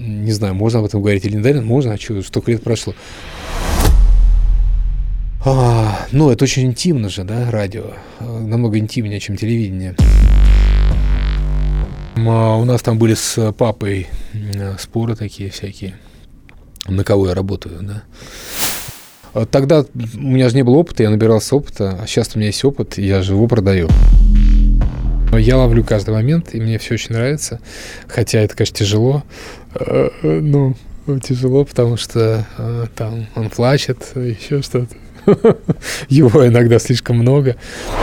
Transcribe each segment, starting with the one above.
Не знаю, можно об этом говорить или не можно, а что, столько лет прошло. Ну, это очень интимно же, да, радио. Намного интимнее, чем телевидение. У нас там были с папой споры такие всякие, на кого я работаю, да. Тогда у меня же не было опыта, я набирался опыта, а сейчас у меня есть опыт, и я же его продаю. Я ловлю каждый момент, и мне все очень нравится, хотя это, конечно, тяжело. Ну, тяжело, потому что там он плачет, еще что-то. Его иногда слишком много.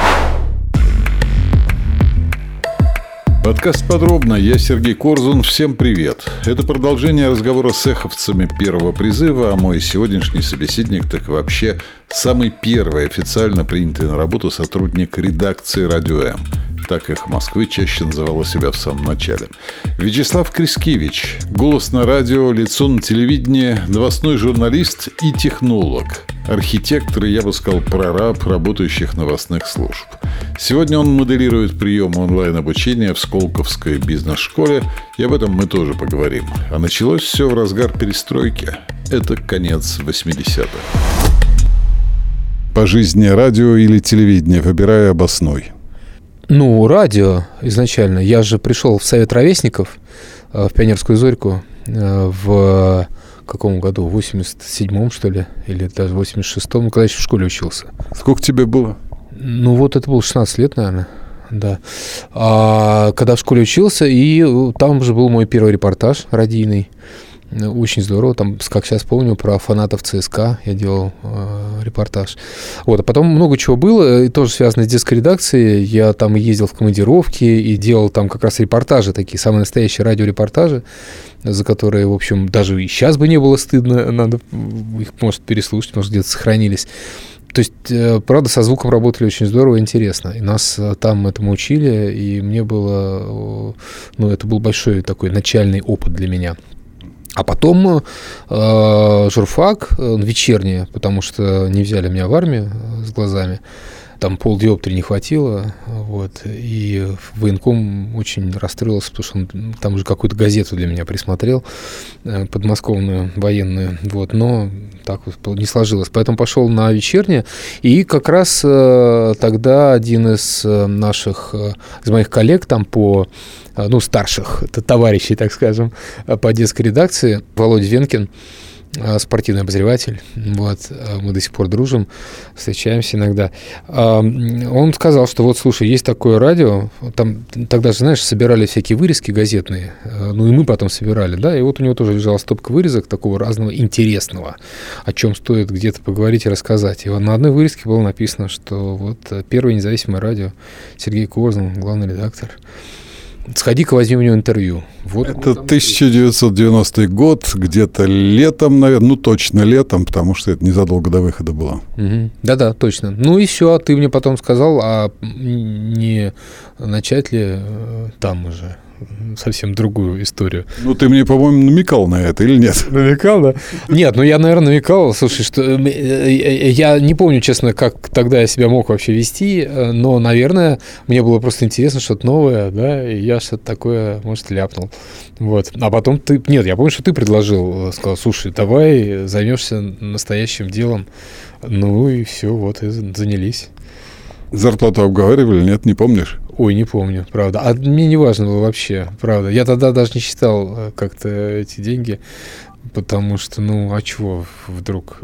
Подкаст «Подробно». Я Сергей Корзун. Всем привет. Это продолжение разговора с эховцами первого призыва, а мой сегодняшний собеседник так вообще самый первый официально принятый на работу сотрудник редакции «Радио М». Так «Эхо Москвы» чаще называла себя в самом начале. Вячеслав Крискевич. Голос на радио, лицо на телевидении, новостной журналист и технолог. Архитектор и, я бы сказал, прораб работающих новостных служб. Сегодня он моделирует приемы онлайн-обучения в Сколковской бизнес-школе, и об этом мы тоже поговорим. А началось все в разгар перестройки. Это конец 80-х. По жизни радио или телевидение, выбирая обоснуй. Ну, радио изначально. Я же пришел в Совет ровесников, в Пионерскую зорьку, в каком году? В 87-м, что ли? Или даже в 86-м, когда еще в школе учился. Сколько тебе было? Ну, вот это было 16 лет, наверное. Да. Когда в школе учился, и там же был мой первый репортаж радийный. Очень здорово. Там, как сейчас помню, про фанатов ЦСКА я делал репортаж. Вот. А потом много чего было, и тоже связано с детской редакцией. Я там ездил в командировки и делал там как раз репортажи такие, самые настоящие радиорепортажи, за которые, в общем, даже и сейчас бы не было стыдно. Надо их, может, переслушать, может, где-то сохранились. То есть, правда, со звуком работали очень здорово и интересно. И нас там этому учили, и мне было... Ну, это был большой такой начальный опыт для меня. А потом журфак, вечернее, потому что не взяли меня в армию с глазами. Там полдиоптрии не хватило, вот, и военком очень расстроился, потому что он там уже какую-то газету для меня присмотрел, подмосковную, военную, вот, но так вот не сложилось. Поэтому пошел на вечернее, и как раз тогда один из моих коллег там старших товарищей, так скажем, по детской редакции, Володя Венкин, спортивный обозреватель, вот, мы до сих пор дружим, встречаемся иногда. Он сказал, что вот, слушай, есть такое радио, там тогда же, знаешь, собирали всякие вырезки газетные, ну и мы потом собирали, да, и вот у него тоже лежала стопка вырезок такого разного интересного, о чем стоит где-то поговорить и рассказать. И вот на одной вырезке было написано, что вот первое независимое радио, Сергей Корзун, главный редактор. Сходи-ка, возьми у него интервью. Вот. Это 1990 год, где-то летом, наверное, ну точно летом, потому что это незадолго до выхода было. Угу. Да-да, точно. Ну и все, а ты мне потом сказал, а не начать ли там уже совсем другую историю. Ну, ты мне, по-моему, намекал на это или нет? Намекал, да? Нет, ну я, наверное, намекал. Слушай, что я не помню, честно, как тогда я себя мог вообще вести, но, наверное, мне было просто интересно что-то новое, да, и я что-то такое, может, ляпнул. Вот. А потом ты... Нет, я помню, что ты предложил, сказал, слушай, давай займешься настоящим делом. Ну и все, вот, и занялись. Зарплату обговаривали, нет, не помнишь? Ой, не помню, правда. А мне не важно было вообще, правда. Я тогда даже не считал как-то эти деньги, потому что, а чего вдруг?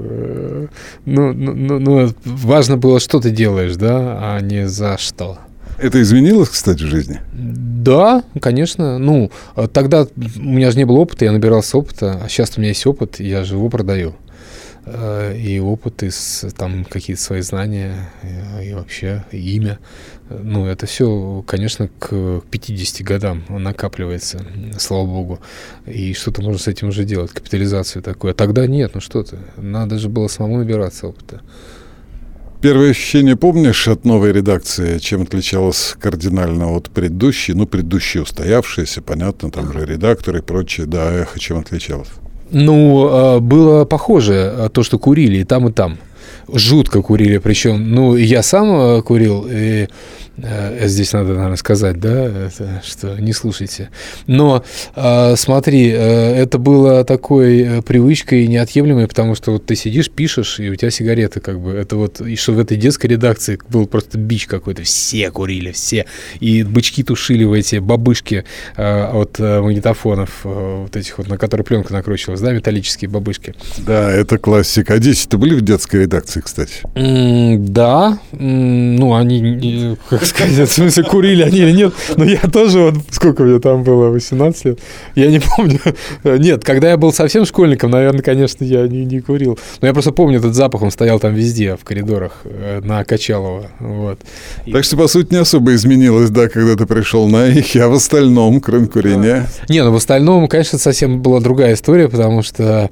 Важно было, что ты делаешь, да, а не за что. Это изменилось, кстати, в жизни? Да, конечно. Тогда у меня же не было опыта, я набирался опыта, а сейчас у меня есть опыт, и я же его продаю. И опыт, и там какие-то свои знания, и вообще имя. Это все, конечно, к 50 годам накапливается, слава богу. И что-то можно с этим уже делать, капитализацию такую. А тогда нет, что ты. Надо же было самому набираться опыта. Первое ощущение помнишь от новой редакции, чем отличалось кардинально от предыдущей? Предыдущие устоявшиеся, понятно, там же редакторы и прочее, да, эхо чем отличалось? Было похоже, то, что курили и там, и там. жутко курили, причем, ну, я сам курил, и здесь надо, наверное, сказать, да, это, что не слушайте. Но смотри, это было такой привычкой неотъемлемой, потому что вот ты сидишь, пишешь, и у тебя сигареты как бы. Это вот, и что в этой детской редакции был просто бич какой-то. Все курили, все. И бычки тушили в эти бабышки от магнитофонов, вот этих вот, на которые пленка накручивалась, да, металлические бабышки. Да, это классика. А дети-то были в детской редакции, кстати? Да. Ну, они... сказать, в смысле, курили они или нет, но я тоже, вот сколько мне там было, 18 лет, я не помню. Нет, когда я был совсем школьником, наверное, конечно, я не курил. Но я просто помню этот запах, он стоял там везде, в коридорах, на Качалова. Вот. Так что, по сути, не особо изменилось, да, когда ты пришел на их, а в остальном, кроме курения? Да. Не, ну в остальном, конечно, совсем была другая история, потому что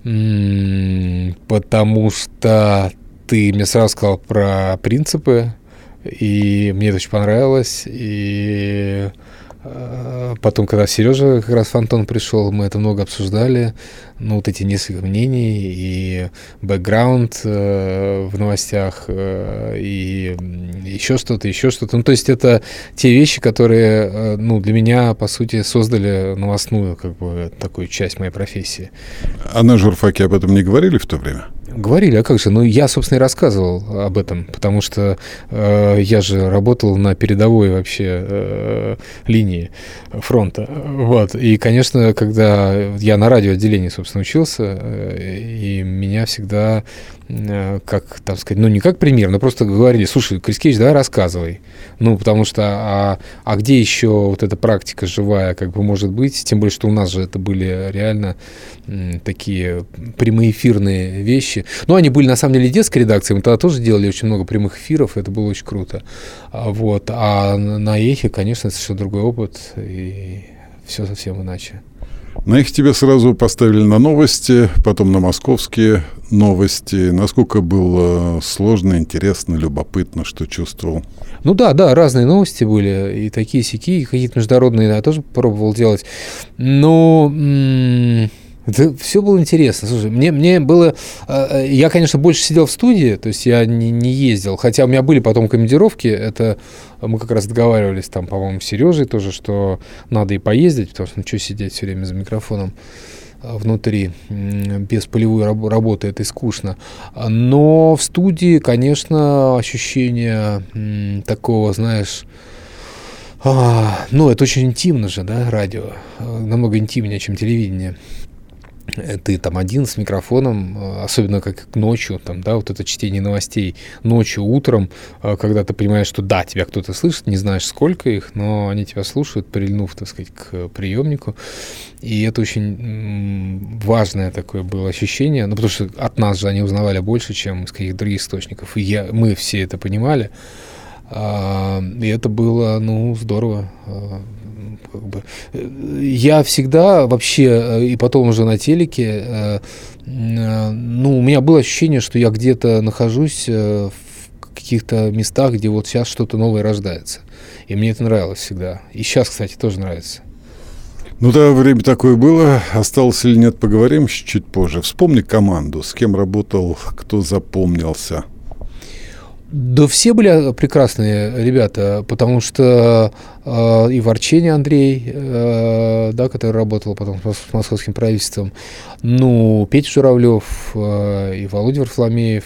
ты мне сразу сказал про принципы, и мне это очень понравилось. И потом, когда Сережа как раз Фонтон пришел, мы это много обсуждали. Ну, вот эти несколько мнений и бэкграунд в новостях, и еще что-то. Ну, то есть это те вещи, которые, ну, для меня, по сути, создали новостную, как бы, такую часть моей профессии. А на журфаке об этом не говорили в то время? Говорили, а как же? Ну, я, собственно, и рассказывал об этом, потому что я же работал на передовой вообще линии фронта. Вот. И, конечно, когда я на радиоотделении, собственно, учился, и меня всегда, как, там сказать, ну, не как пример, но просто говорили: слушай, Крискевич, давай рассказывай. Ну, потому что, а где еще вот эта практика живая, как бы, может быть? Тем более, что у нас же это были реально такие прямоэфирные вещи. Ну, они были, на самом деле, детской редакции. Мы тогда тоже делали очень много прямых эфиров, это было очень круто. Вот. А на Эхе, конечно, это совершенно другой опыт, и все совсем иначе. На их тебя сразу поставили на новости, потом на московские новости. Насколько было сложно, интересно, любопытно, что чувствовал? Ну да, разные новости были, и такие-сякие, и какие-то международные я тоже пробовал делать. Но это все было интересно. Слушай, мне было... Я, конечно, больше сидел в студии, то есть я не ездил, хотя у меня были потом командировки, это мы как раз договаривались там, по-моему, с Сережей тоже, что надо и поездить, потому что ну что сидеть все время за микрофоном внутри, без полевой работы, это и скучно. Но в студии, конечно, ощущение такого, знаешь... ну, это очень интимно же, да, радио, намного интимнее, чем телевидение. Ты там один с микрофоном, особенно как ночью, там, да, вот это чтение новостей ночью, утром, когда ты понимаешь, что да, тебя кто-то слышит, не знаешь, сколько их, но они тебя слушают, прильнув, так сказать, к приемнику. И это очень важное такое было ощущение, ну, потому что от нас же они узнавали больше, чем из каких-то других источников, и мы все это понимали. И это было, ну, здорово. Как бы. Я всегда вообще, и потом уже на телеке, ну, у меня было ощущение, что я где-то нахожусь в каких-то местах, где вот сейчас что-то новое рождается. И мне это нравилось всегда. И сейчас, кстати, тоже нравится. Ну да, время такое было. Осталось или нет, поговорим чуть позже. Вспомни команду, с кем работал, кто запомнился. Да все были прекрасные ребята, потому что и Ворчение Андрей, да, который работал потом с московским правительством, ну, Петя Журавлев и Володя Варфломеев,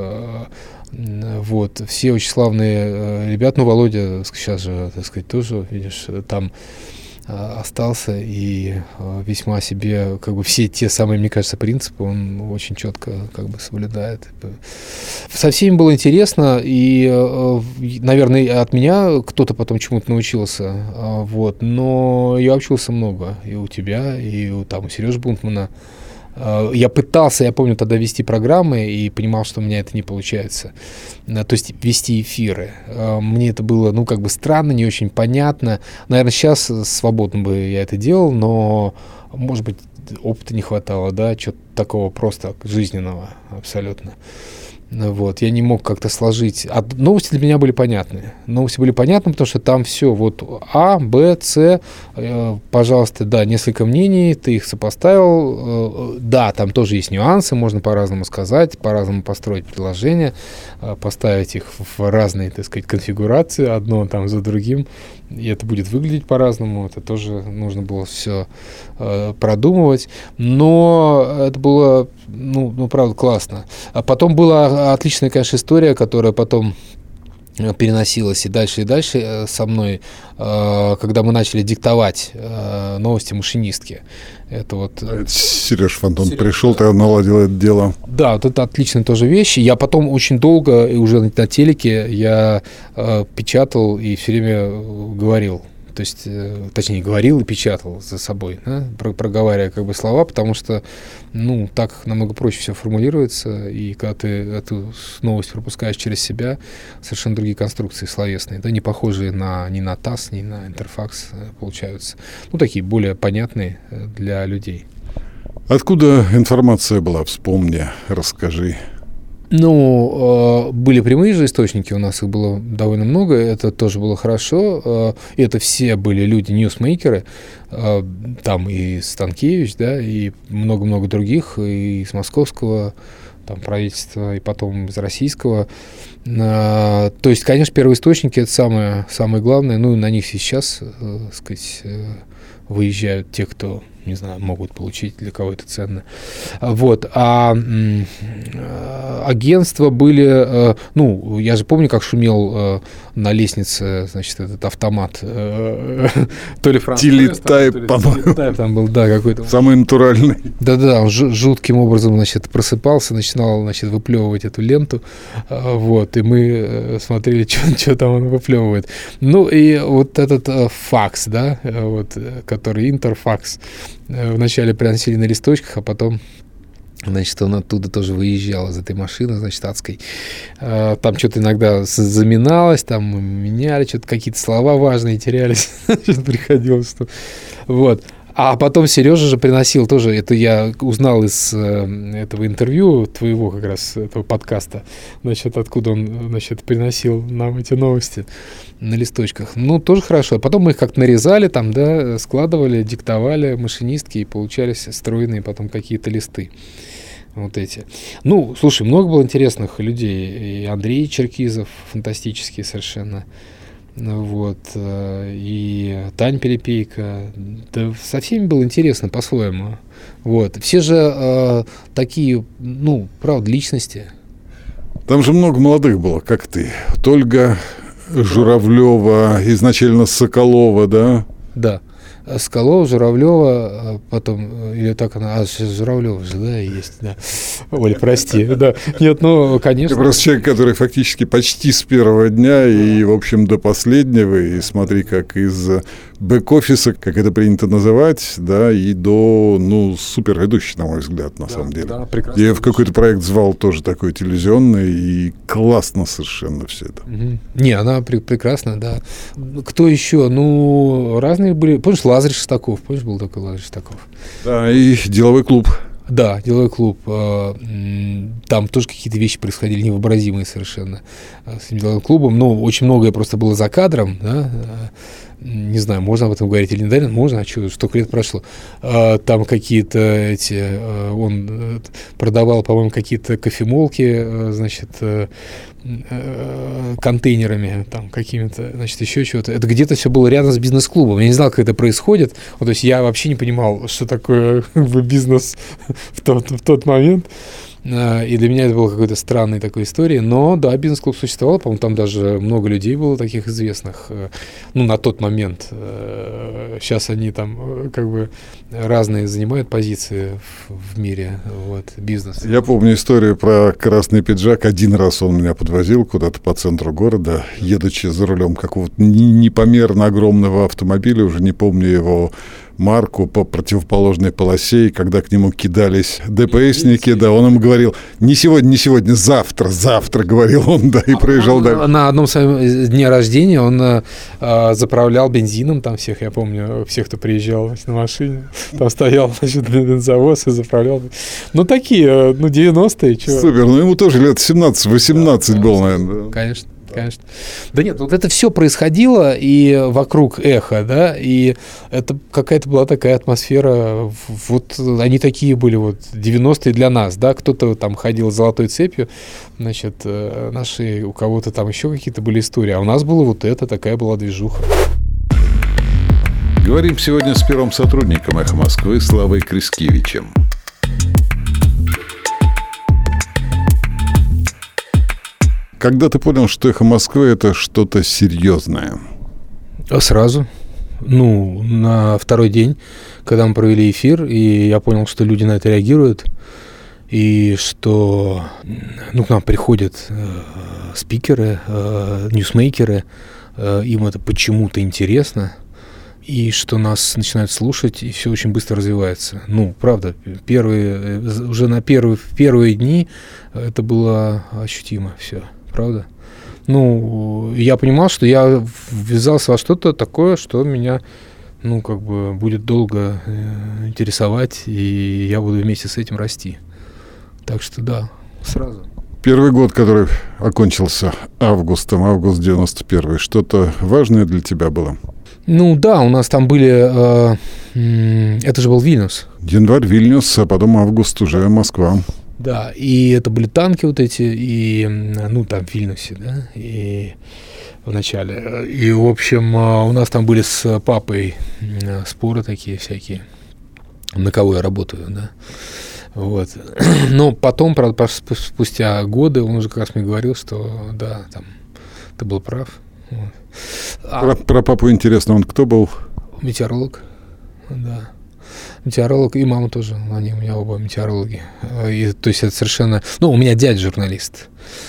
вот, все очень славные ребята. Ну, Володя сейчас же, так сказать, тоже, видишь, там остался и весьма себе, как бы, все те самые, мне кажется, принципы он очень четко, как бы, соблюдает. Со всеми было интересно, и, наверное, от меня кто-то потом чему-то научился, вот, но я учился много и у тебя, и у Сережи Бунтмана. Я пытался, я помню, тогда вести программы и понимал, что у меня это не получается. То есть вести эфиры. Мне это было, ну, как бы странно, не очень понятно. Наверное, сейчас свободно бы я это делал, но, может быть, опыта не хватало, да, чего-то такого просто жизненного абсолютно. Вот, я не мог как-то сложить. А новости для меня были понятны. Новости были понятны, потому что там все вот А, Б, С, пожалуйста, да, несколько мнений, ты их сопоставил. Да, там тоже есть нюансы, можно по-разному сказать, по-разному построить предложения, поставить их в разные, так сказать, конфигурации, одно там за другим, и это будет выглядеть по-разному. Это тоже нужно было все продумывать. Но это было, ну, правда, классно. А потом была отличная, конечно, история, которая потом переносилась и дальше со мной, когда мы начали диктовать новости машинистки. Это вот... Сереж Фонтон пришел, тогда наладил это дело. Да, вот это отличная тоже вещь. Я потом очень долго, и уже на телеке, я печатал и все время говорил. То есть, точнее, говорил и печатал за собой, да, проговаривая как бы слова, потому что, ну, так намного проще все формулируется, и когда ты эту новость пропускаешь через себя, совершенно другие конструкции словесные, да, не похожие ни на ТАСС, ни на Интерфакс получаются, ну, такие более понятные для людей. Откуда информация была? Вспомни, расскажи. Ну, были прямые же источники, у нас их было довольно много, это тоже было хорошо. Это все были люди, ньюсмейкеры, там и Станкевич, да, и много-много других, и из московского там правительства, и потом из российского. То есть, конечно, первоисточники — это самое главное, ну, и на них сейчас, так сказать, выезжают те, кто, не знаю, могут получить, для кого это ценно. Вот. А агентства были... Ну, я же помню, как шумел на лестнице, значит, этот автомат. То ли Телетайп, по-моему. Там был, да, какой-то. Самый натуральный. Да-да, он жутким образом, значит, просыпался, начинал, значит, выплевывать эту ленту. Вот. И мы смотрели, что там он выплевывает. Ну, и вот этот факс, да, вот, который Интерфакс, вначале приносили на листочках, а потом, значит, он оттуда тоже выезжал из этой машины, значит, адской. Там что-то иногда заминалось, там мы меняли, что-то какие-то слова важные терялись. Приходилось, что... Вот. А потом Сережа же приносил тоже, это я узнал из этого интервью твоего как раз, этого подкаста, значит, откуда он, значит, приносил нам эти новости на листочках. Ну, тоже хорошо. Потом мы их как-то нарезали там, да, складывали, диктовали машинистки, и получались стройные потом какие-то листы. Вот эти. Ну, слушай, много было интересных людей. И Андрей Черкизов, фантастический совершенно. Вот, и Таня Пилипейко, да, со всеми было интересно по-своему. Вот, все же такие, ну, правда, личности. Там же много молодых было, как ты. Ольга Журавлева, изначально Соколова, да? Да. Соколова, Журавлева, потом, или так она, Журавлева же, да, есть, да. Оля, прости, да. Нет, ну, конечно. Ты просто человек, который фактически почти с первого дня и, в общем, до последнего, и смотри, как из бэк-офиса, как это принято называть, да, и до, ну, суперведущий, на мой взгляд, на самом деле. Да, прекрасно. Я в какой-то проект звал тоже такой телевизионный, и классно совершенно все это. Не, она прекрасна, да. Кто еще? Ну, разные были. Помнишь, Лазарь Шестаков? Помнишь, был такой Лазарь Шестаков? Да, и деловой клуб. Да, деловой клуб. Там тоже какие-то вещи происходили невообразимые совершенно с этим деловым клубом. Ну, очень многое просто было за кадром, да. Не знаю, можно об этом говорить или не, наверное, можно, а что, столько лет прошло. Там какие-то эти... Он продавал, по-моему, какие-то кофемолки, значит, контейнерами, там, какими-то, значит, еще чего-то. Это где-то все было рядом с бизнес-клубом. Я не знал, как это происходит. Вот, то есть я вообще не понимал, что такое бизнес в тот момент. И для меня это была какой-то странной такой история. Но да, бизнес-клуб существовал, по-моему, там даже много людей было таких известных. Ну, на тот момент. Сейчас они там как бы разные занимают позиции в мире, вот, бизнеса. Я помню историю про красный пиджак. Один раз он меня подвозил куда-то по центру города, едучи за рулем какого-то непомерно огромного автомобиля, уже не помню его Марку по противоположной полосе, и когда к нему кидались ДПСники, да, он им говорил: не сегодня, завтра, говорил он, да, и проезжал дальше. На одном своем дне рождения он заправлял бензином там всех, я помню, всех, кто приезжал на машине, там стоял, значит, бензовоз и заправлял. Ну, такие, 90-е. Чего? Супер, ему тоже лет 17-18 было, наверное. Конечно. Да нет, вот это все происходило и вокруг эхо, да, и это какая-то была такая атмосфера, вот они такие были вот 90-е для нас, да, кто-то там ходил с золотой цепью, значит, наши, у кого-то там еще какие-то были истории, а у нас было вот это, такая была движуха. Говорим сегодня с первым сотрудником «Эхо Москвы» Славой Крискевичем. Когда ты понял, что «Эхо Москвы» — это что-то серьезное? Сразу. На второй день, когда мы провели эфир, и я понял, что люди на это реагируют, и что к нам приходят спикеры, ньюсмейкеры, им это почему-то интересно, и что нас начинают слушать, и все очень быстро развивается. Правда, уже в первые дни это было ощутимо все. Правда? Я понимал, что я ввязался во что-то такое, что меня, будет долго интересовать, и я буду вместе с этим расти. Так что да, сразу. Первый год, который окончился август 91-й, что-то важное для тебя было? Да, у нас там были... это же был Вильнюс. Январь Вильнюс, а потом август уже Москва. Да, и это были танки вот эти, и, там в Вильнюсе, да, и в начале. И, в общем, у нас там были с папой споры такие всякие, на кого я работаю, да. Вот. Но потом, правда, спустя годы, он уже как раз мне говорил, что, да, там, ты был прав. Вот. Про папу интересно, он кто был? Метеоролог, да. Метеоролог, и мама тоже, они у меня оба метеорологи. То есть это совершенно... у меня дядя журналист,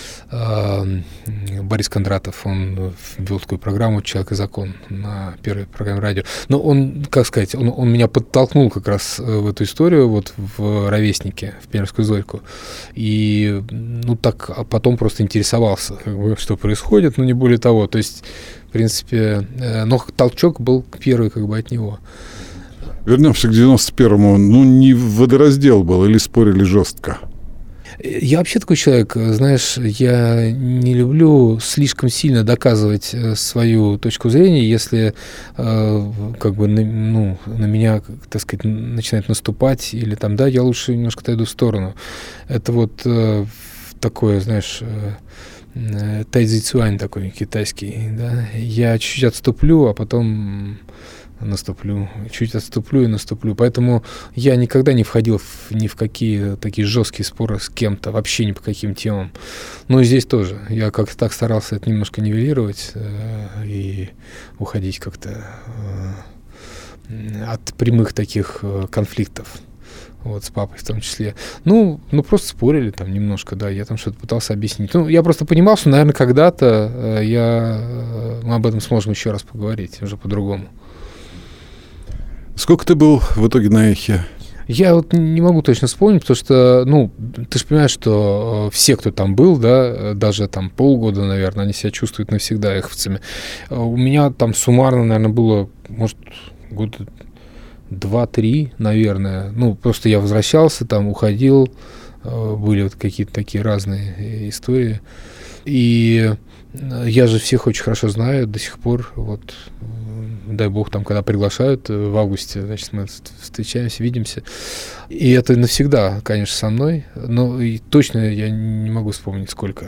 Борис Кондратов, он вел такую программу «Человек и закон» на первой программе радио. Но он, как сказать, он меня подтолкнул как раз в эту историю, вот в «Ровеснике», в «Пермскую зорьку». И, так, а потом просто интересовался, что происходит, не более того. То есть, в принципе, но толчок был первый от него. Вернемся к 91-му. Не водораздел был или спорили жестко? Я вообще такой человек, знаешь, я не люблю слишком сильно доказывать свою точку зрения, если на меня, так сказать, начинает наступать или там, да, я лучше немножко отойду в сторону. Это вот такое, знаешь, тайцзицюань такой китайский, да. Я чуть-чуть отступлю, а потом наступлю, чуть отступлю и наступлю. Поэтому я никогда не входил ни в какие такие жесткие споры с кем-то, вообще ни по каким темам. И здесь тоже. Я как-то так старался это немножко нивелировать и уходить как-то от прямых таких конфликтов. Вот, с папой в том числе. Просто спорили там немножко, да, я там что-то пытался объяснить. Я просто понимал, что, наверное, когда-то мы об этом сможем еще раз поговорить, уже по-другому. Сколько ты был в итоге на «Эхе»? Я вот не могу точно вспомнить, потому что, ты же понимаешь, что все, кто там был, да, даже там полгода, наверное, они себя чувствуют навсегда эховцами. У меня там суммарно, наверное, было, может, года 2-3, наверное. Просто я возвращался, там уходил, были вот какие-то такие разные истории. И я же всех очень хорошо знаю до сих пор, вот, дай бог, там, когда приглашают в августе, значит, мы встречаемся, видимся. И это навсегда, конечно, со мной, но и точно я не могу вспомнить, сколько.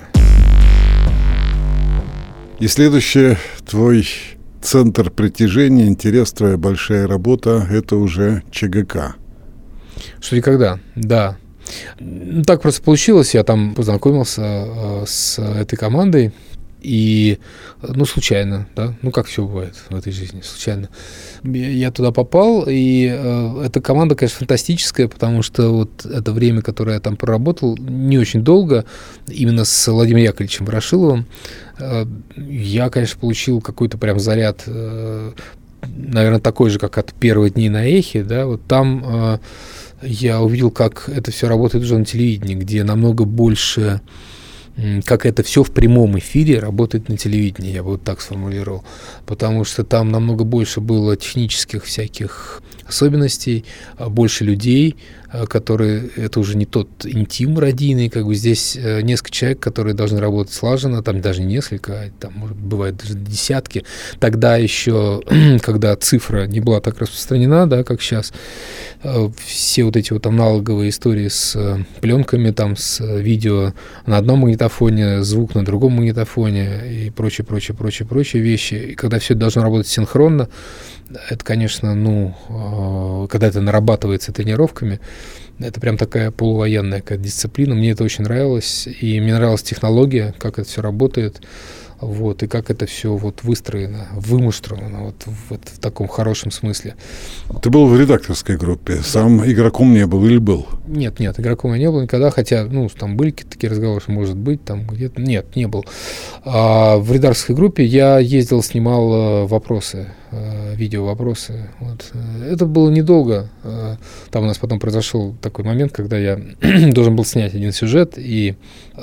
И следующее, твой центр притяжения, интерес, твоя большая работа, это уже ЧГК. Что никогда, да. Так просто получилось, я там познакомился с этой командой, и, случайно, да, как все бывает в этой жизни, случайно. Я туда попал, и эта команда, конечно, фантастическая, потому что вот это время, которое я там проработал, не очень долго, именно с Владимиром Яковлевичем Ворошиловым, я, конечно, получил какой-то прям заряд наверное, такой же, как от первых дней на Эхе, да, вот там я увидел, как это все работает уже на телевидении, где намного больше, как это все в прямом эфире работает на телевидении, я бы вот так сформулировал, потому что там намного больше было технических всяких особенностей, больше людей, которые, это уже не тот интим родийный, как бы здесь несколько человек, которые должны работать слаженно, там даже несколько, а там, может, бывает даже десятки. Тогда еще, когда цифра не была так распространена, да, как сейчас, все вот эти вот аналоговые истории с пленками, там, с видео на одном магнитофоне, звук на другом магнитофоне и прочие вещи. И когда все это должно работать синхронно, это, конечно, когда это нарабатывается тренировками, это прям такая полувоенная какая-то дисциплина. Мне это очень нравилось. И мне нравилась технология, как это все работает. Вот, и как это все вот выстроено, вымуштровано вот в таком хорошем смысле. Ты был в редакторской группе, сам игроком не был или был? Нет, игроком я не был никогда, хотя, там были такие разговоры, что может быть, там где-то, нет, не был. А в редакторской группе я ездил, снимал вопросы, видео-вопросы. Вот. Это было недолго. Там у нас потом произошел такой момент, когда я должен был снять один сюжет и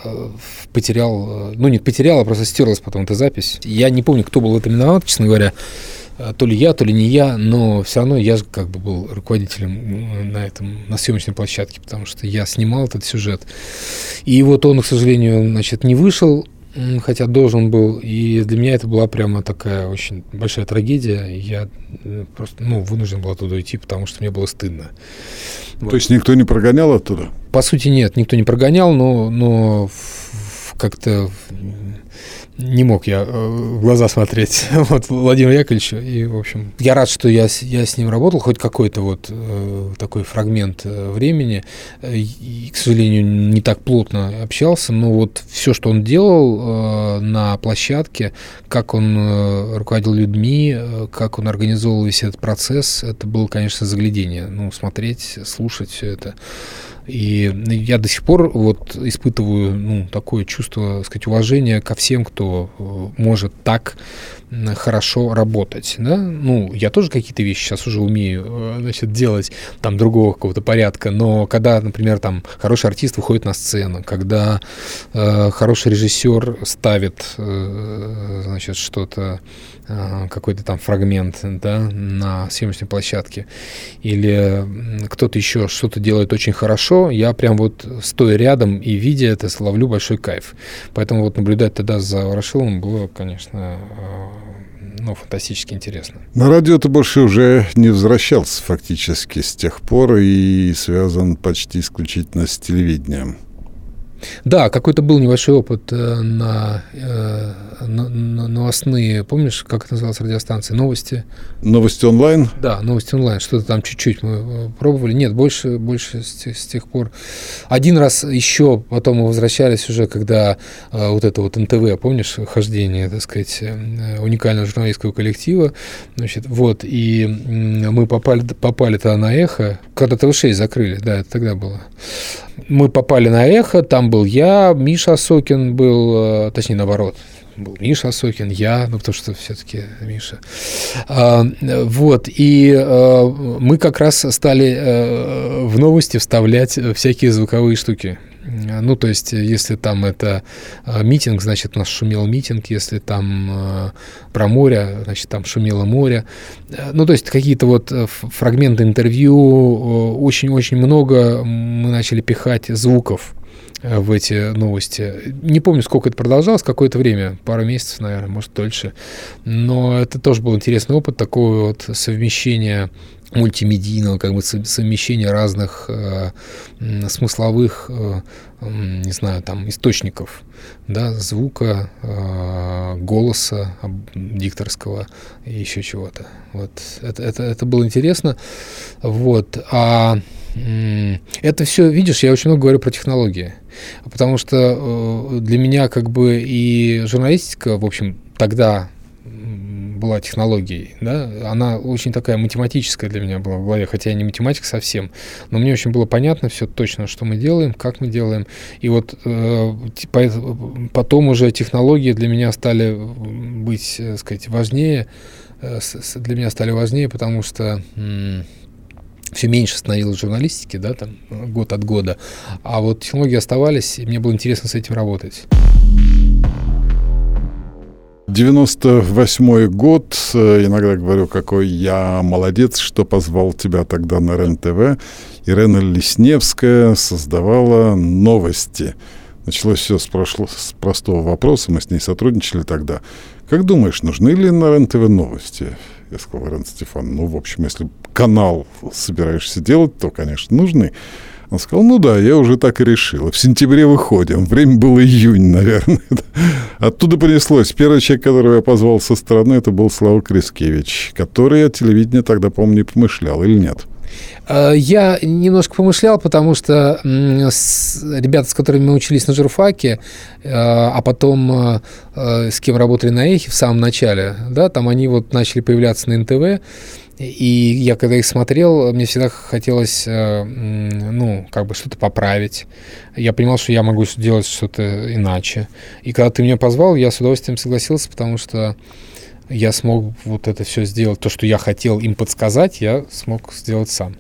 потерял, не потерял, а просто стерлась потом эта запись. Я не помню, кто был в этом виноват, честно говоря, то ли я, то ли не я, но все равно я же как бы был руководителем на съемочной площадке, потому что я снимал этот сюжет. И вот он, к сожалению, не вышел, хотя должен был, и для меня это была прямо такая очень большая трагедия, и я просто, вынужден был оттуда уйти, потому что мне было стыдно. То есть никто не прогонял оттуда? По сути, нет, никто не прогонял, но как-то не мог я в глаза смотреть Владимиру Яковлевичу. И, в общем, я рад, что я с ним работал, хоть какой-то такой фрагмент времени. И, к сожалению, не так плотно общался, но все, что он делал на площадке, как он руководил людьми, как он организовывал весь этот процесс, это было, конечно, заглядение. Смотреть, слушать все это. И я до сих пор испытываю такое чувство, так сказать, уважения ко всем, кто может так хорошо работать. Да? Я тоже какие-то вещи сейчас уже умею, делать там другого какого-то порядка, но когда, например, там хороший артист выходит на сцену, когда хороший режиссер ставит, что-то, какой-то там фрагмент, да, на съемочной площадке, или кто-то еще что-то делает очень хорошо, я прям стоя рядом и видя это, ловлю большой кайф. Поэтому наблюдать тогда за Ворошиловым было, конечно, фантастически интересно. На радио ты больше уже не возвращался фактически с тех пор и связан почти исключительно с телевидением. Да, какой-то был небольшой опыт на новостные, помнишь, как это называлась радиостанция? Новости? Новости онлайн? Да, новости онлайн. Что-то там чуть-чуть мы пробовали. Нет, больше с тех пор. Один раз еще, потом мы возвращались уже, когда это НТВ, помнишь, хождение, так сказать, уникального журналистского коллектива. И мы попали тогда на Эхо, когда ТВ-6 закрыли, да, это тогда было. Мы попали на Эхо, там был я, Миша Осокин был, точнее, наоборот, был Миша Осокин, я, потому что все-таки Миша. И мы как раз стали в новости вставлять всякие звуковые штуки. То есть, если там это митинг, значит, у нас шумел митинг, если там про море, значит, там шумело море. То есть, какие-то фрагменты интервью, очень-очень много мы начали пихать звуков в эти новости. Не помню, сколько это продолжалось, какое-то время, пару месяцев, наверное, может, дольше. Но это тоже был интересный опыт, такого совмещения мультимедийного, совмещения разных смысловых, не знаю, там, источников, да, звука, голоса дикторского и еще чего-то. Это было интересно. А это все, видишь, я очень много говорю про технологии, потому что для меня и журналистика, в общем, тогда была технологией, да, она очень такая математическая для меня была в голове, хотя я не математик совсем, но мне очень было понятно все точно, что мы делаем, как мы делаем, и потом уже технологии для меня стали быть, так сказать, важнее, для меня стали важнее, потому что все меньше становилось журналистики, да, там, год от года, а вот технологии оставались, и мне было интересно с этим работать. 98-й год. Иногда говорю, какой я молодец, что позвал тебя тогда на РЕН-ТВ. Ирена Лесневская создавала новости. Началось все с простого вопроса. Мы с ней сотрудничали тогда. Как думаешь, нужны ли на РЕН-ТВ новости? Я сказал: Ирена Стефановна, в общем, если канал собираешься делать, то, конечно, нужны. Он сказал: ну да, я уже так и решил. В сентябре выходим. Время было июнь, наверное. Оттуда понеслось. Первый человек, которого я позвал со стороны, это был Слава Крискевич, который от телевидения тогда, по-моему, не помышлял, или нет? Я немножко помышлял, потому что ребята, с которыми мы учились на журфаке, а потом с кем работали на Эхе в самом начале, да, там они вот начали появляться на НТВ, и я, когда их смотрел, мне всегда хотелось, как бы что-то поправить. Я понимал, что я могу делать что-то иначе. И когда ты меня позвал, я с удовольствием согласился, потому что я смог вот это все сделать. То, что я хотел им подсказать, я смог сделать сам.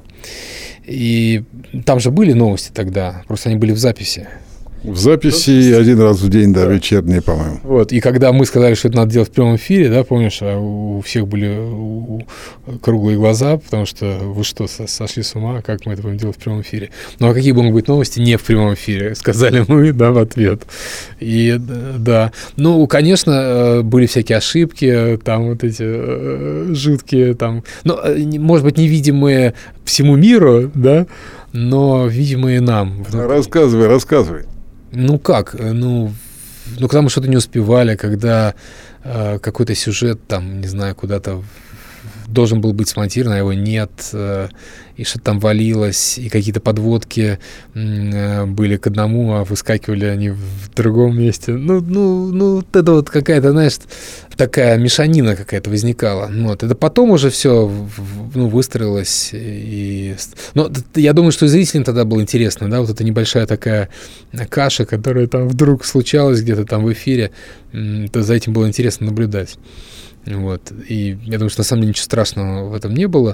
И там же были новости тогда, просто они были в записи. В записи один раз в день, да, вечерние, по-моему. Вот, и когда мы сказали, что это надо делать в прямом эфире, да, помнишь, у всех были круглые глаза, потому что вы что, сошли с ума, как мы это будем делать в прямом эфире? Ну, а какие могут быть новости не в прямом эфире? Сказали мы, да, в ответ. И, да, ну, конечно, были всякие ошибки, там вот эти жуткие, там, ну, может быть, невидимые всему миру, да, но видимые нам. Рассказывай. Ну как? Ну, когда мы что-то не успевали, когда какой-то сюжет там, не знаю, куда-то должен был быть смонтирован, а его нет, и что-то там валилось, и какие-то подводки были к одному, а выскакивали они в другом месте. Ну, это вот какая-то, знаешь, такая мешанина какая-то возникала. Вот. Это потом уже все выстроилось. Но я думаю, что и зрителям тогда было интересно, да, вот эта небольшая такая каша, которая там вдруг случалась где-то там в эфире, то за этим было интересно наблюдать. Вот. И я думаю, что на самом деле ничего страшного в этом не было,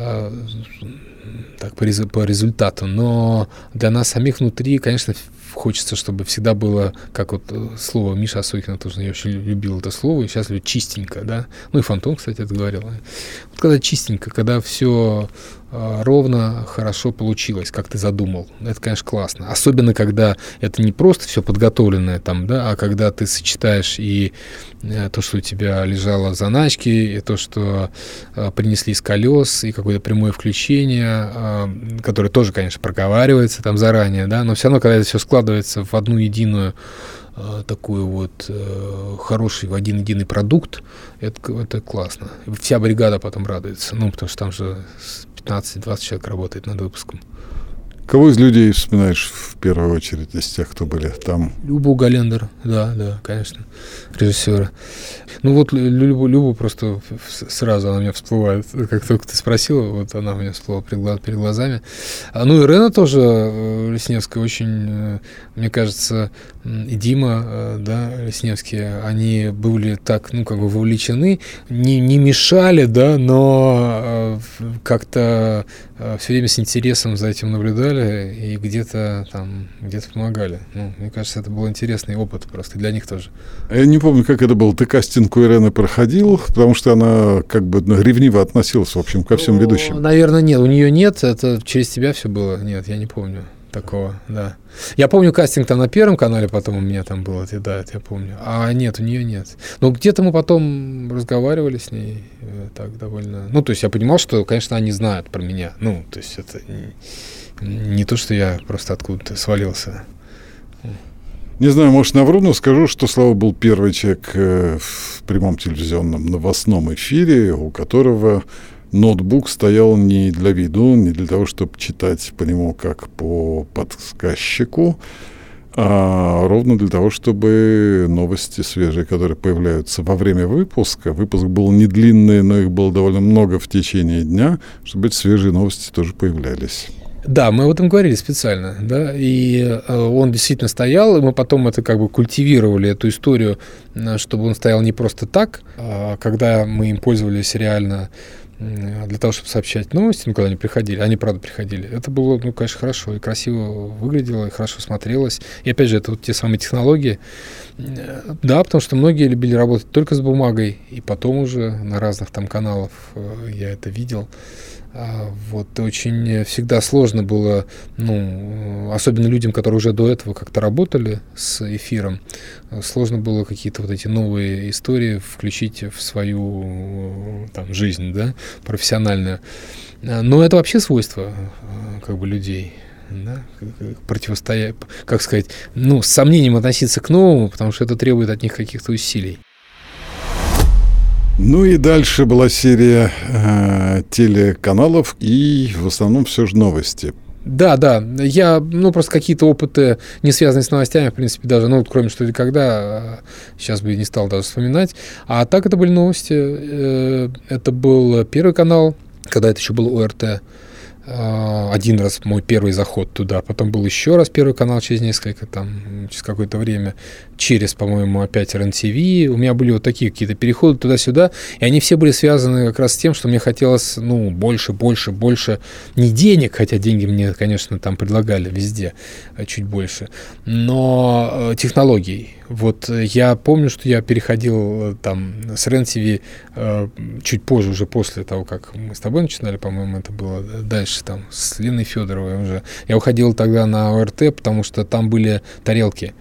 так, по результату. Но для нас самих внутри, конечно, хочется, чтобы всегда было, как вот слово Миша Осокина тоже, я очень любил это слово, и сейчас любит, чистенько, да. Ну и Фантом, кстати, это говорил. Вот когда чистенько, когда все ровно, хорошо получилось, как ты задумал. Это, конечно, классно. Особенно, когда это не просто все подготовленное там, да, а когда ты сочетаешь и то, что у тебя лежало в заначке, и то, что принесли с колес, и какое-то прямое включение, которое тоже, конечно, проговаривается там заранее, да, но все равно, когда это все складывается в одну единую такой вот хороший, в один единый продукт, это классно. Вся бригада потом радуется, ну, потому что там же 15-20 человек работает над выпуском. Кого из людей вспоминаешь в первую очередь из тех, кто были там? Любу Галендер, да, конечно, режиссера. Ну вот Любу просто сразу она у меня всплывает. Как только ты спросила, вот она у меня всплыла перед глазами. Ну и Рена тоже, Лесневская, очень, мне кажется, и Дима, да, Лесневские, они были так, ну, как бы вовлечены, не мешали, да, но как-то все время с интересом за этим наблюдали и где-то помогали. Ну, мне кажется, это был интересный опыт просто для них тоже. Я не помню, как это было. Ты кастинг у Ирены проходил, потому что она как бы ревниво относилась, в общем, ко всем ведущим. Наверное, нет. У нее нет. Это через тебя все было. Нет, я не помню такого, да. Я помню кастинг там на Первом канале, потом у меня там был, да, это я помню. А нет, у нее нет. Но где-то мы потом разговаривали с ней так довольно... Ну, то есть я понимал, что, конечно, они знают про меня. Ну, то есть это не то, что я просто откуда-то свалился. Не знаю, может, навру, но скажу, что Слава был первый человек в прямом телевизионном новостном эфире, у которого ноутбук стоял не для виду, не для того, чтобы читать по нему как по подсказчику, а ровно для того, чтобы новости свежие, которые появляются во время выпуска, выпуск был не длинный, но их было довольно много в течение дня, чтобы эти свежие новости тоже появлялись. Да, мы об этом говорили специально, да, и он действительно стоял, и мы потом это как бы культивировали, эту историю, чтобы он стоял не просто так, а когда мы им пользовались реально для того, чтобы сообщать новости, когда они приходили, они, правда, приходили. Это было, конечно, хорошо и красиво выглядело, и хорошо смотрелось. И, опять же, это вот те самые технологии. Да, потому что многие любили работать только с бумагой, и потом уже на разных там каналах я это видел. Вот очень всегда сложно было, особенно людям, которые уже до этого как-то работали с эфиром, сложно было какие-то вот эти новые истории включить в свою там жизнь, да, профессиональную. Но это вообще свойство как бы людей. Да, противостоять, как сказать, с сомнением относиться к новому, потому что это требует от них каких-то усилий. Ну и дальше была серия телеканалов и в основном все же новости. Да, я, просто какие-то опыты, не связанные с новостями, в принципе, даже, кроме «Что и когда», сейчас бы и не стал даже вспоминать. А так это были новости. Это был Первый канал, когда это еще был ОРТ. Один раз мой первый заход туда, потом был еще раз Первый канал через какое-то время, через, по-моему, опять РЕН-ТВ. У меня были вот такие какие-то переходы туда-сюда, и они все были связаны как раз с тем, что мне хотелось, больше, не денег, хотя деньги мне, конечно, там предлагали везде чуть больше, но технологий. Вот я помню, что я переходил там с РЕН-ТВ чуть позже, уже после того, как мы с тобой начинали, по-моему, это было дальше, там, с Леной Федоровой уже. Я уходил тогда на ОРТ, потому что там были тарелки,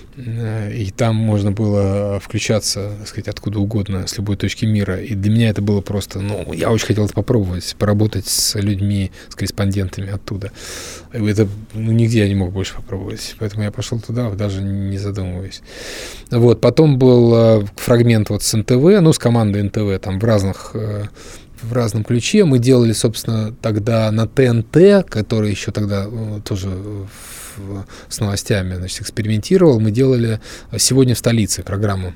и там можно было включаться, так сказать, откуда угодно, с любой точки мира. И для меня это было просто, я очень хотел это попробовать, поработать с людьми, с корреспондентами оттуда. И это нигде я не мог больше попробовать. Поэтому я пошел туда, даже не задумываясь. Вот, потом был фрагмент вот с НТВ, с командой НТВ, там в разном ключе. Мы делали, собственно, тогда на ТНТ, который еще тогда тоже с новостями, экспериментировал. Мы делали «Сегодня в столице» программу.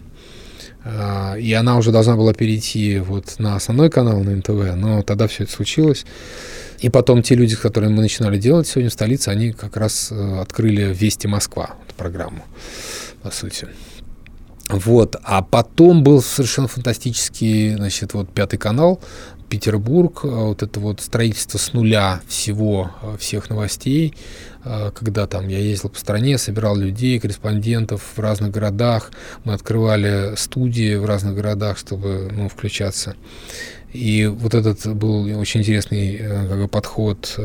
И она уже должна была перейти вот на основной канал, на НТВ, но тогда все это случилось. И потом те люди, с которыми мы начинали делать «Сегодня в столице», они как раз открыли «Вести Москва», эту программу, по сути. Вот. А потом был совершенно фантастический, Пятый канал, Петербург, вот это вот строительство с нуля всех новостей, когда там я ездил по стране, собирал людей, корреспондентов в разных городах, мы открывали студии в разных городах, чтобы включаться. И вот этот был очень интересный подход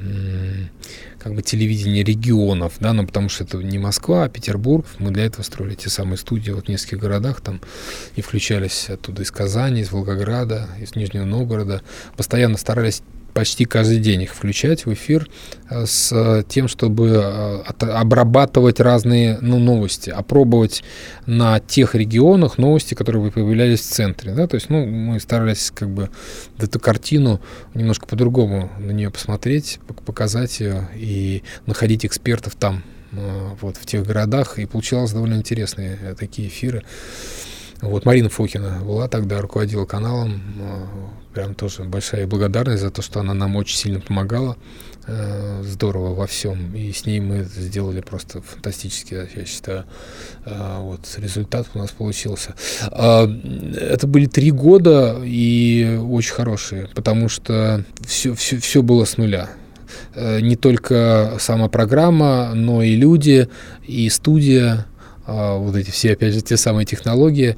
телевидения регионов, да, потому что это не Москва, а Петербург. Мы для этого строили те самые студии в нескольких городах там и включались оттуда из Казани, из Волгограда, из Нижнего Новгорода. Постоянно старались почти каждый день их включать в эфир с тем, чтобы обрабатывать разные новости, опробовать на тех регионах новости, которые появлялись в центре. Да? То есть мы старались эту картину немножко по-другому на нее посмотреть, показать ее и находить экспертов там, в тех городах. И получалось довольно интересные такие эфиры. Вот Марина Фокина была тогда, руководила каналом. Прям тоже большая благодарность за то, что она нам очень сильно помогала. Здорово во всем. И с ней мы сделали просто фантастический, я считаю, результат у нас получился. Это были 3 года и очень хорошие, потому что все было с нуля. Не только сама программа, но и люди, и студия. Вот эти все, опять же, те самые технологии,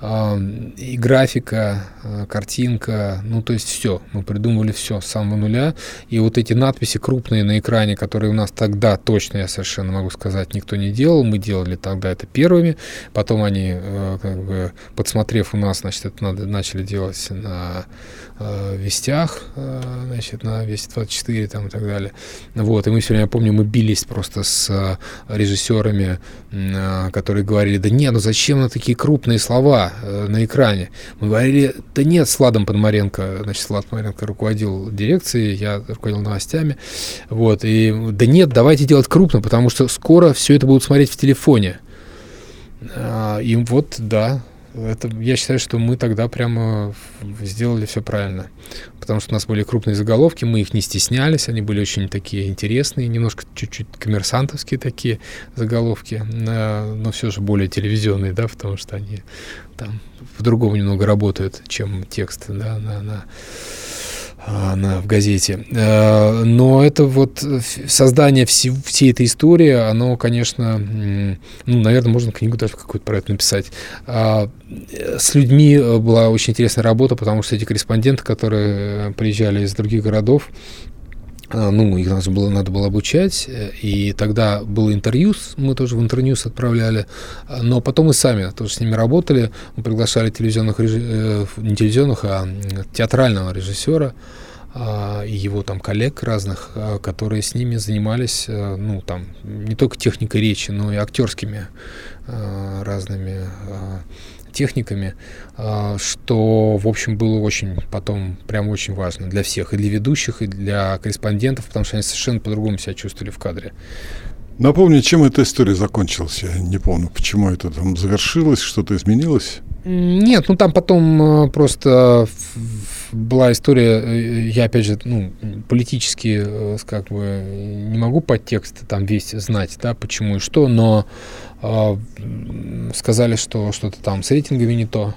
и графика, картинка, то есть все. Мы придумывали все с самого нуля. И вот эти надписи крупные на экране, которые у нас тогда точно, я совершенно могу сказать, никто не делал. Мы делали тогда это первыми. Потом они, подсмотрев у нас, это начали делать на Вестях, на Вести-24 там, и так далее. Вот. И мы все время, я помню, мы бились просто с режиссерами, которые говорили: да нет, зачем на такие крупные слова на экране? Мы говорили: да нет, с Владом Пономаренко, Влад Пономаренко руководил дирекцией, я руководил новостями, вот, и да нет, давайте делать крупно, потому что скоро все это будут смотреть в телефоне. И вот, да, Я считаю, что мы тогда прямо сделали все правильно. Потому что у нас были крупные заголовки, мы их не стеснялись, они были очень такие интересные, немножко чуть-чуть коммерсантовские такие заголовки, но все же более телевизионные, да, потому что они там по-другому немного работают, чем текст, да, в газете. Но это вот создание всей этой истории, оно, конечно, наверное, можно книгу даже какую-то про это написать. С людьми была очень интересная работа, потому что эти корреспонденты, которые приезжали из других городов, их надо было обучать, и тогда было интервью, мы тоже в Интерньюз отправляли, но потом мы сами тоже с ними работали, мы приглашали не телевизионных, а театрального режиссера и его там коллег разных, которые с ними занимались, не только техникой речи, но и актерскими разными техниками, что, в общем, было очень потом прям очень важно для всех, и для ведущих, и для корреспондентов, потому что они совершенно по-другому себя чувствовали в кадре. Напомни, чем эта история закончилась? Я не помню, почему это там завершилось, что-то изменилось? Нет, там потом просто была история, я опять же, политически, как бы, не могу подтекст там весь знать, да, почему и что, но сказали, что что-то там с рейтингами не то,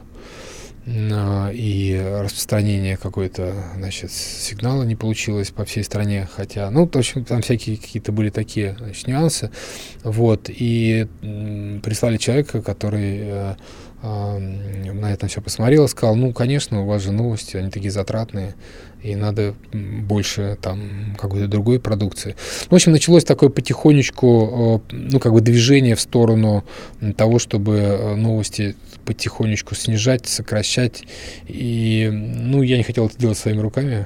и распространение какой-то, сигнала не получилось по всей стране, хотя, в общем, там всякие какие-то были такие, нюансы, и прислали человека, который на это все посмотрел, сказал, конечно, у вас же новости, они такие затратные, и надо больше там какой-то другой продукции. В общем, началось такое потихонечку, движение в сторону того, чтобы новости потихонечку снижать, сокращать. И, я не хотел это делать своими руками.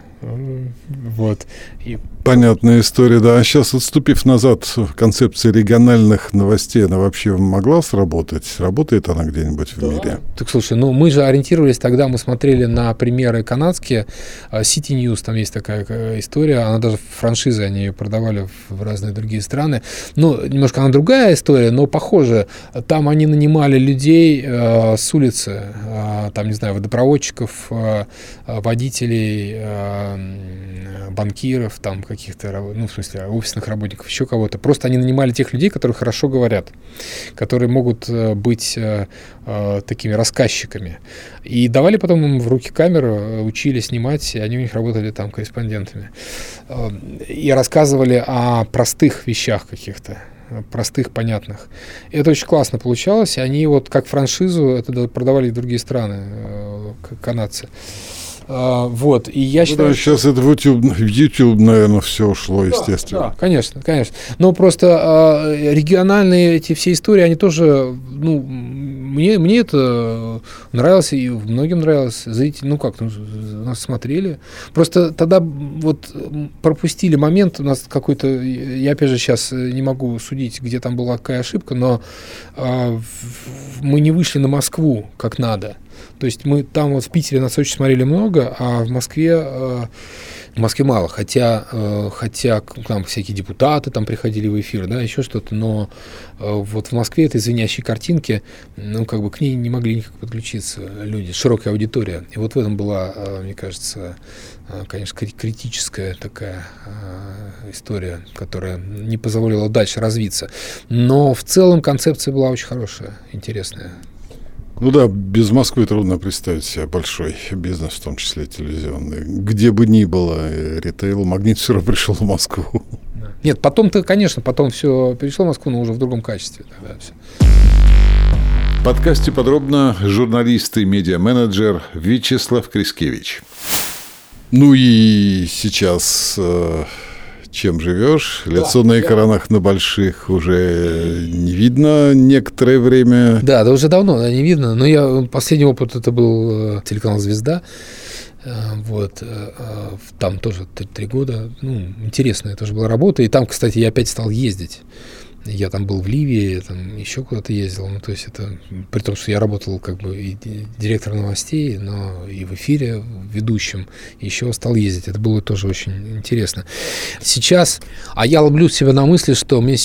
Понятная история, да. А сейчас, отступив назад, концепция региональных новостей, она вообще могла сработать? Работает она где-нибудь в мире? Так, слушай, мы же ориентировались тогда, мы смотрели на примеры канадские. City News, там есть такая история, она даже франшизы, они ее продавали в разные другие страны. Немножко она другая история, но похоже. Там они нанимали людей с улицы, там, не знаю, водопроводчиков, водителей, банкиров, там каких-то, в смысле, офисных работников, еще кого-то. Просто они нанимали тех людей, которые хорошо говорят, которые могут быть такими рассказчиками. И давали потом им в руки камеру, учили снимать, и они у них работали там корреспондентами. И рассказывали о простых вещах каких-то, простых, понятных. И это очень классно получалось, и они как франшизу это продавали в другие страны, канадцы. И я считаю, сейчас это в YouTube, наверное, все ушло, естественно. Да, конечно. Но просто региональные эти все истории, они тоже, мне это нравилось, и многим нравилось. Зрители, нас смотрели. Просто тогда пропустили момент, у нас какой-то, я опять же сейчас не могу судить, где там была какая ошибка, но мы не вышли на Москву как надо. То есть мы там в Питере на Сочи смотрели много, а в Москве мало, хотя там всякие депутаты там приходили в эфир, да, еще что-то, но в Москве этой звенящей картинки, к ней не могли никак подключиться люди, широкая аудитория. И в этом была, мне кажется, конечно, критическая такая история, которая не позволила дальше развиться. Но в целом концепция была очень хорошая, интересная. Без Москвы трудно представить себе большой бизнес, в том числе телевизионный. Где бы ни было ритейл, Магнит все равно пришел в Москву. Нет, потом все перешло в Москву, но уже в другом качестве. Тогда все. В подкасте подробно журналист и медиа-менеджер Вячеслав Крискевич. И сейчас... Чем живешь? Лицо на экранах на больших уже не видно некоторое время. Да, уже давно не видно. Но последний опыт это был телеканал «Звезда». Там тоже 3 года. Интересная тоже была работа. И там, кстати, я опять стал ездить. Я там был в Ливии, там еще куда-то ездил. То есть это при том, что я работал и директором новостей, но и в эфире ведущим еще стал ездить. Это было тоже очень интересно. Сейчас, я ловлю себя на мысли, что мне сейчас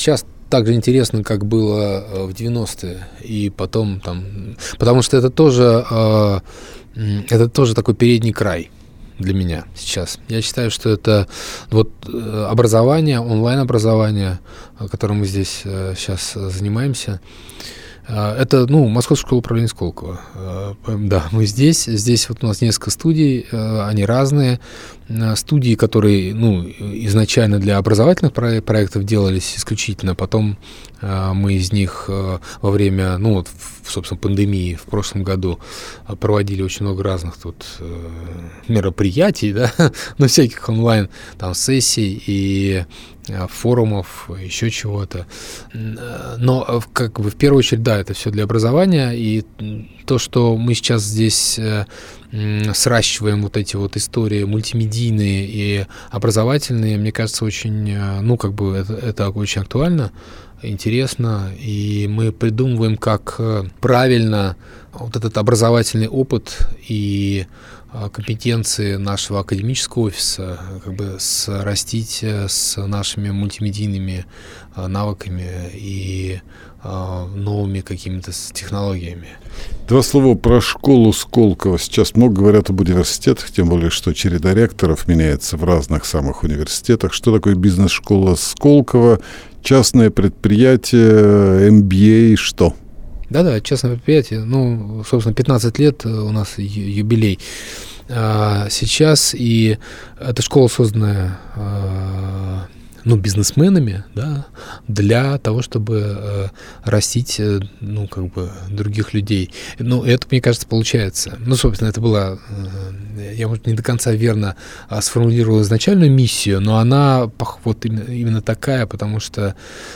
так же интересно, как было в 90-е, и потом там... Потому что это тоже такой передний край для меня сейчас. Я считаю, что это вот образование, онлайн-образование, которым мы здесь сейчас занимаемся, это, Московская школа управления Сколково. Да, мы здесь. Здесь вот у нас несколько студий, они разные. Студии, которые, изначально для образовательных проектов делались исключительно, потом мы из них во время, собственно, пандемии в прошлом году проводили очень много разных тут мероприятий, да, всяких онлайн, там, сессий и форумов, еще чего-то. Но, как бы, в первую очередь, да, это все для образования, и то, что мы сейчас здесь сращиваем вот эти вот истории мультимедийные и образовательные, мне кажется, очень, это очень актуально, интересно, и мы придумываем, как правильно вот этот образовательный опыт и компетенции нашего академического офиса как бы срастить с нашими мультимедийными навыками и новыми какими-то технологиями. Два слова про школу Сколково. Сейчас много говорят об университетах, тем более, что череда ректоров меняется в разных самых университетах. Что такое бизнес-школа Сколково? Частное предприятие, MBA, что? Да, частное предприятие. Собственно, 15 лет у нас юбилей сейчас, и эта школа, созданная бизнесменами, да, для того, чтобы растить, других людей. Это, мне кажется, получается. Собственно, это была, я, может, не до конца верно сформулировал изначальную миссию, но она вот именно такая, потому что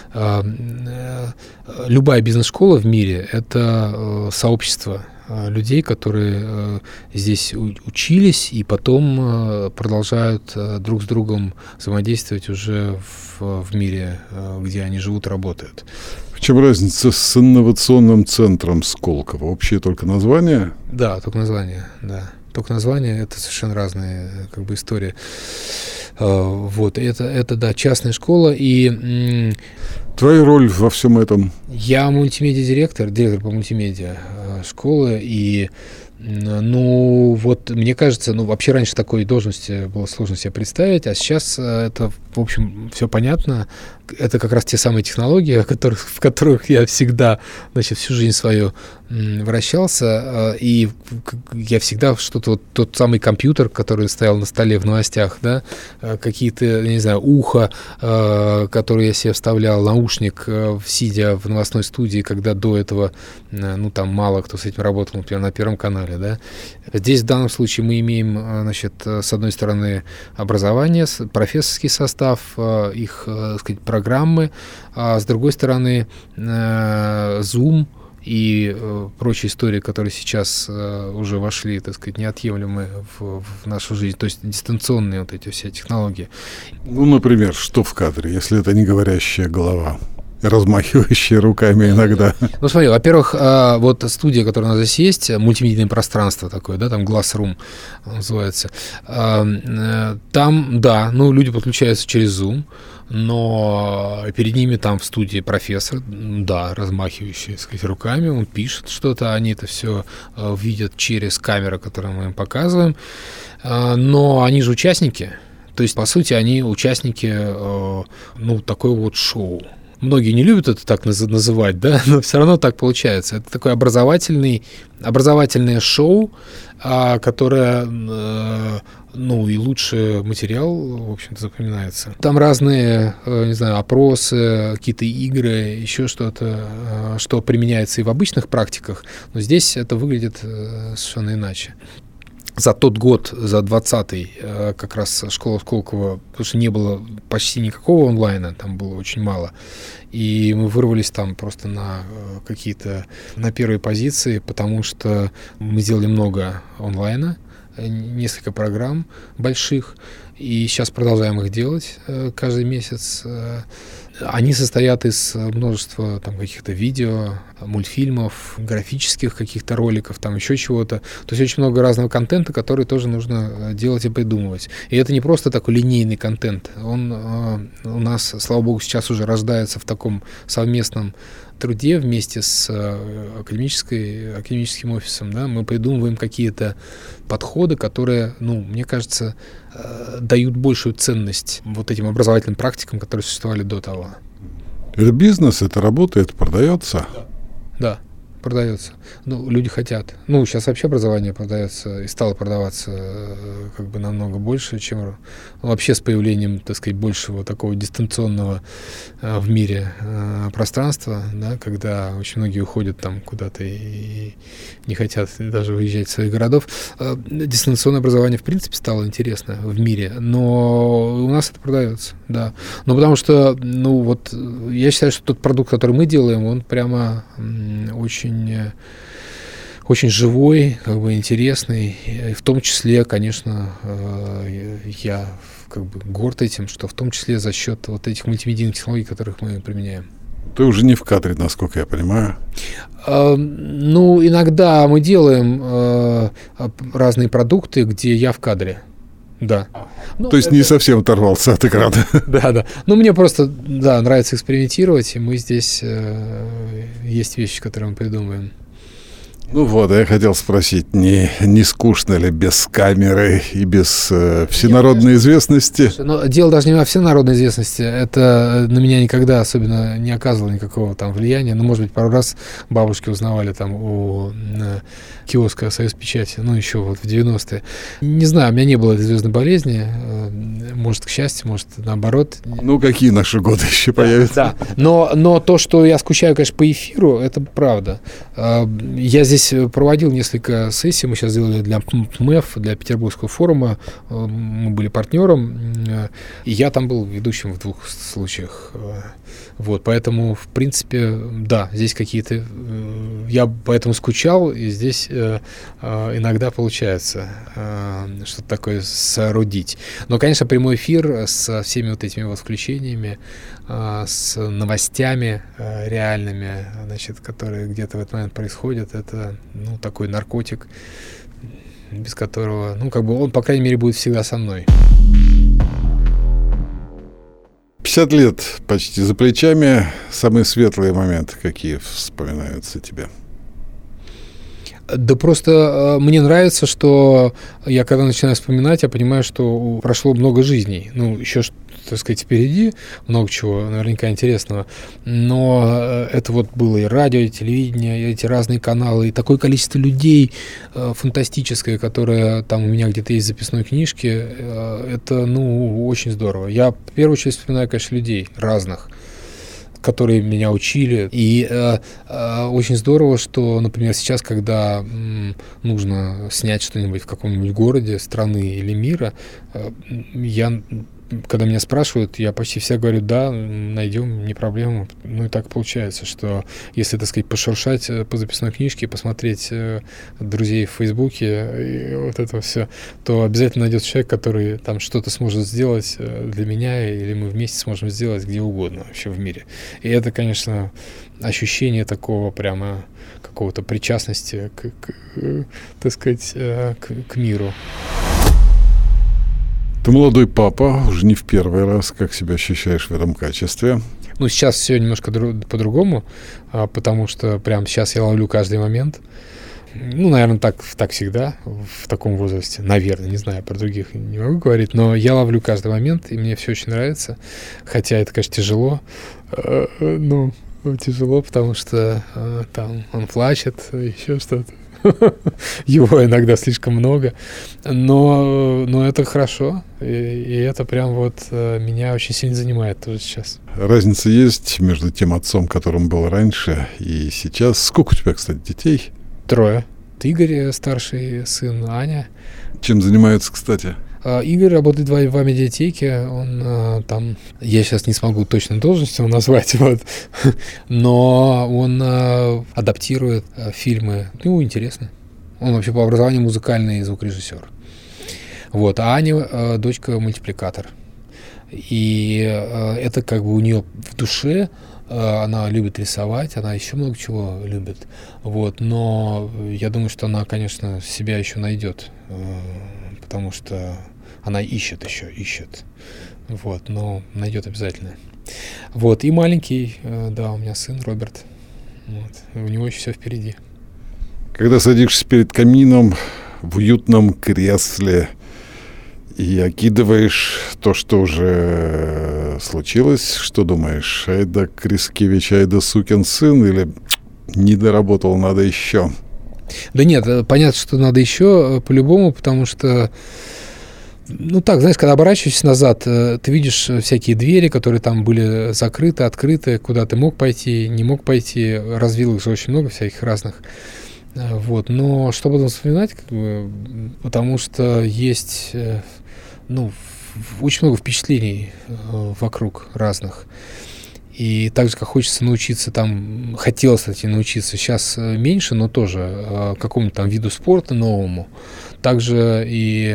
любая бизнес-школа в мире — это сообщество людей, которые здесь учились и потом продолжают друг с другом взаимодействовать уже в мире, где они живут, работают. В чем разница с инновационным центром Сколково? Общее только название? Да, только название, да. Только название — это совершенно разные истории. Вот, это да, частная школа. И твоя роль во всем этом? Я директор по мультимедиа школы, и мне кажется, вообще раньше такой должности было сложно себе представить, а сейчас это, в общем, все понятно. Это как раз те самые технологии, в которых я всегда, всю жизнь свою вращался, и я всегда тот самый компьютер, который стоял на столе в новостях, да, какие-то, я не знаю, ухо, которое я себе вставлял, наушник, сидя в новостной студии, когда до этого, там мало кто с этим работал, например, на Первом канале, да. Здесь в данном случае мы имеем, с одной стороны, образование, профессорский состав, их, программы, а с другой стороны, Zoom и прочие истории, которые сейчас уже вошли, неотъемлемые в нашу жизнь, то есть дистанционные вот эти все технологии. Например, что в кадре, если это не говорящая голова, размахивающая руками иногда? Смотри, во-первых, вот студия, которая у нас здесь есть, мультимедийное пространство такое, да, там Glassroom называется, там, да, люди подключаются через Zoom, но перед ними там в студии профессор, да, размахивающий, руками, он пишет что-то, они это все видят через камеру, которую мы им показываем, но они же участники, то есть, по сути, они участники, такой вот шоу. Многие не любят это так называть, да, но все равно так получается. Это такое образовательное шоу, которое, и лучший материал, в общем-то, запоминается. Там разные, не знаю, опросы, какие-то игры, еще что-то, что применяется и в обычных практиках, но здесь это выглядит совершенно иначе. За тот год, за 20-й, как раз школа Сколково, потому что не было почти никакого онлайна, там было очень мало, и мы вырвались там просто на первые позиции, потому что мы сделали много онлайна, несколько программ больших, и сейчас продолжаем их делать каждый месяц. Они состоят из множества там каких-то видео, мультфильмов, графических каких-то роликов, там еще чего-то. То есть очень много разного контента, который тоже нужно делать и придумывать. И это не просто такой линейный контент. Он у нас, слава богу, сейчас уже рождается в таком совместном труде вместе с академическим офисом. Да? Мы придумываем какие-то подходы, которые, мне кажется, дают большую ценность вот этим образовательным практикам, которые существовали до того. Это бизнес, это работает, продается? Да, продается. Люди хотят. Сейчас вообще образование продается и стало продаваться намного больше, чем вообще с появлением, так сказать, большего такого дистанционного в мире пространства, да, когда очень многие уходят там куда-то и не хотят даже выезжать из своих городов. Дистанционное образование, в принципе, стало интересно в мире, но у нас это продается, да. Потому что, я считаю, что тот продукт, который мы делаем, он прямо очень живой, интересный. И в том числе, конечно, я горд этим, что в том числе за счет вот этих мультимедийных технологий, которых мы применяем. Ты уже не в кадре, насколько я понимаю. Иногда мы делаем разные продукты, где я в кадре. Да. То есть не совсем оторвался от экрана. Да. Мне просто, нравится экспериментировать, и мы здесь есть вещи, которые мы придумываем. Я хотел спросить, не скучно ли без камеры и без всенародной известности? Дело даже не во всенародной известности. Это на меня никогда особенно не оказывало никакого там влияния. Может быть, пару раз бабушки узнавали там у киоска «Союз печати», еще в 90-е. Не знаю, у меня не было этой звездной болезни. Может, к счастью, может, наоборот. Какие наши годы еще появятся? Да. Но то, что я скучаю, конечно, по эфиру, это правда. Я здесь проводил несколько сессий, мы сейчас сделали для ПМЭФ, для Петербургского форума, мы были партнером, и я там был ведущим в 2 случаях. Поэтому, в принципе, да, здесь какие-то... Я поэтому скучал, и здесь иногда получается что-то такое соорудить. Но, конечно, прямой эфир со всеми вот этими включениями, с новостями реальными, которые где-то в этот момент происходят, это такой наркотик, без которого, он, по крайней мере, будет всегда со мной. 50 лет почти за плечами. Самые светлые моменты, какие вспоминаются тебе? Да просто мне нравится, что я когда начинаю вспоминать, я понимаю, что прошло много жизней. Еще, так сказать, впереди много чего наверняка интересного. Но это было и радио, и телевидение, и эти разные каналы, и такое количество людей фантастическое, которое там у меня где-то есть в записной книжке. Это, очень здорово. Я в первую очередь вспоминаю, конечно, людей разных, которые меня учили. И очень здорово, что, например, сейчас, когда нужно снять что-нибудь в каком-нибудь городе, страны или мира, когда меня спрашивают, я почти всегда говорю, да, найдем, не проблема. И так получается, что если, так сказать, пошуршать по записной книжке, посмотреть друзей в Фейсбуке и вот это все, то обязательно найдется человек, который там что-то сможет сделать для меня, или мы вместе сможем сделать где угодно вообще в мире. И это, конечно, ощущение такого прямо какого-то причастности так сказать, к миру. Ты молодой папа, уже не в первый раз. Как себя ощущаешь в этом качестве? Сейчас все немножко по-другому, потому что прямо сейчас я ловлю каждый момент. Наверное, так всегда в таком возрасте. Наверное, не знаю, про других не могу говорить, но я ловлю каждый момент, и мне все очень нравится. Хотя это, конечно, тяжело. Тяжело, потому что там он плачет, еще что-то. Его иногда слишком много, но это хорошо, и это прям меня очень сильно занимает тоже сейчас. Разница есть между тем отцом, которым был раньше, и сейчас? Сколько у тебя, кстати, детей? 3. Игорь, старший сын, Аня. Чем занимаются, кстати? Игорь работает в медиатеке, он там, я сейчас не смогу точно должность его назвать, но он адаптирует фильмы, интересно. Он вообще по образованию музыкальный звукорежиссер. Вот, а Аня дочка мультипликатор. И это как бы у нее в душе, она любит рисовать, она еще много чего любит. Вот, но я думаю, что она, конечно, себя еще найдет, потому что она ищет. Вот, но найдет обязательно. Вот, и маленький, да, у меня сын Роберт. Вот, у него еще все впереди. Когда садишься перед камином в уютном кресле и окидываешь то, что уже случилось, что думаешь? Айда Крискевич, айда сукин сын, или не доработал, надо еще? Да нет, понятно, что надо еще по-любому, потому что, ну так, знаешь, когда оборачиваешься назад, ты видишь всякие двери, которые там были закрыты, открыты, куда ты мог пойти, не мог пойти, развилок же очень много всяких разных. Вот, но что потом вспоминать, как бы, потому что есть, ну, очень много впечатлений вокруг разных. И так же, как хочется научиться там, хотелось, кстати, научиться, сейчас меньше, но тоже какому-то там виду спорта новому. Также и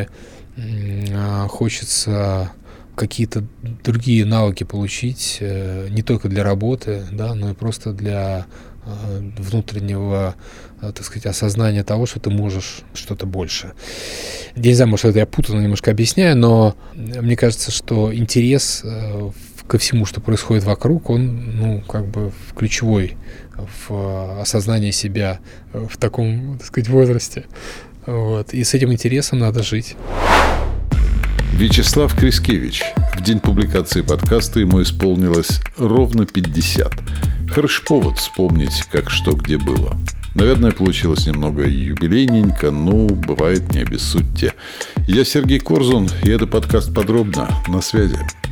хочется какие-то другие навыки получить, не только для работы, да, но и просто для внутреннего, так сказать, осознания того, что ты можешь что-то больше. Я не знаю, может, это я путанно немножко объясняю, но мне кажется, что интерес ко всему, что происходит вокруг, он, ну, как бы ключевой в осознании себя в таком, так сказать, возрасте. Вот. И с этим интересом надо жить. Вячеслав Крискевич. В день публикации подкаста ему исполнилось ровно 50. Хороший повод вспомнить, как что где было. Наверное, получилось немного юбилейненько, но бывает, не обессудьте. Я Сергей Корзун, и это подкаст «Подробно». На связи.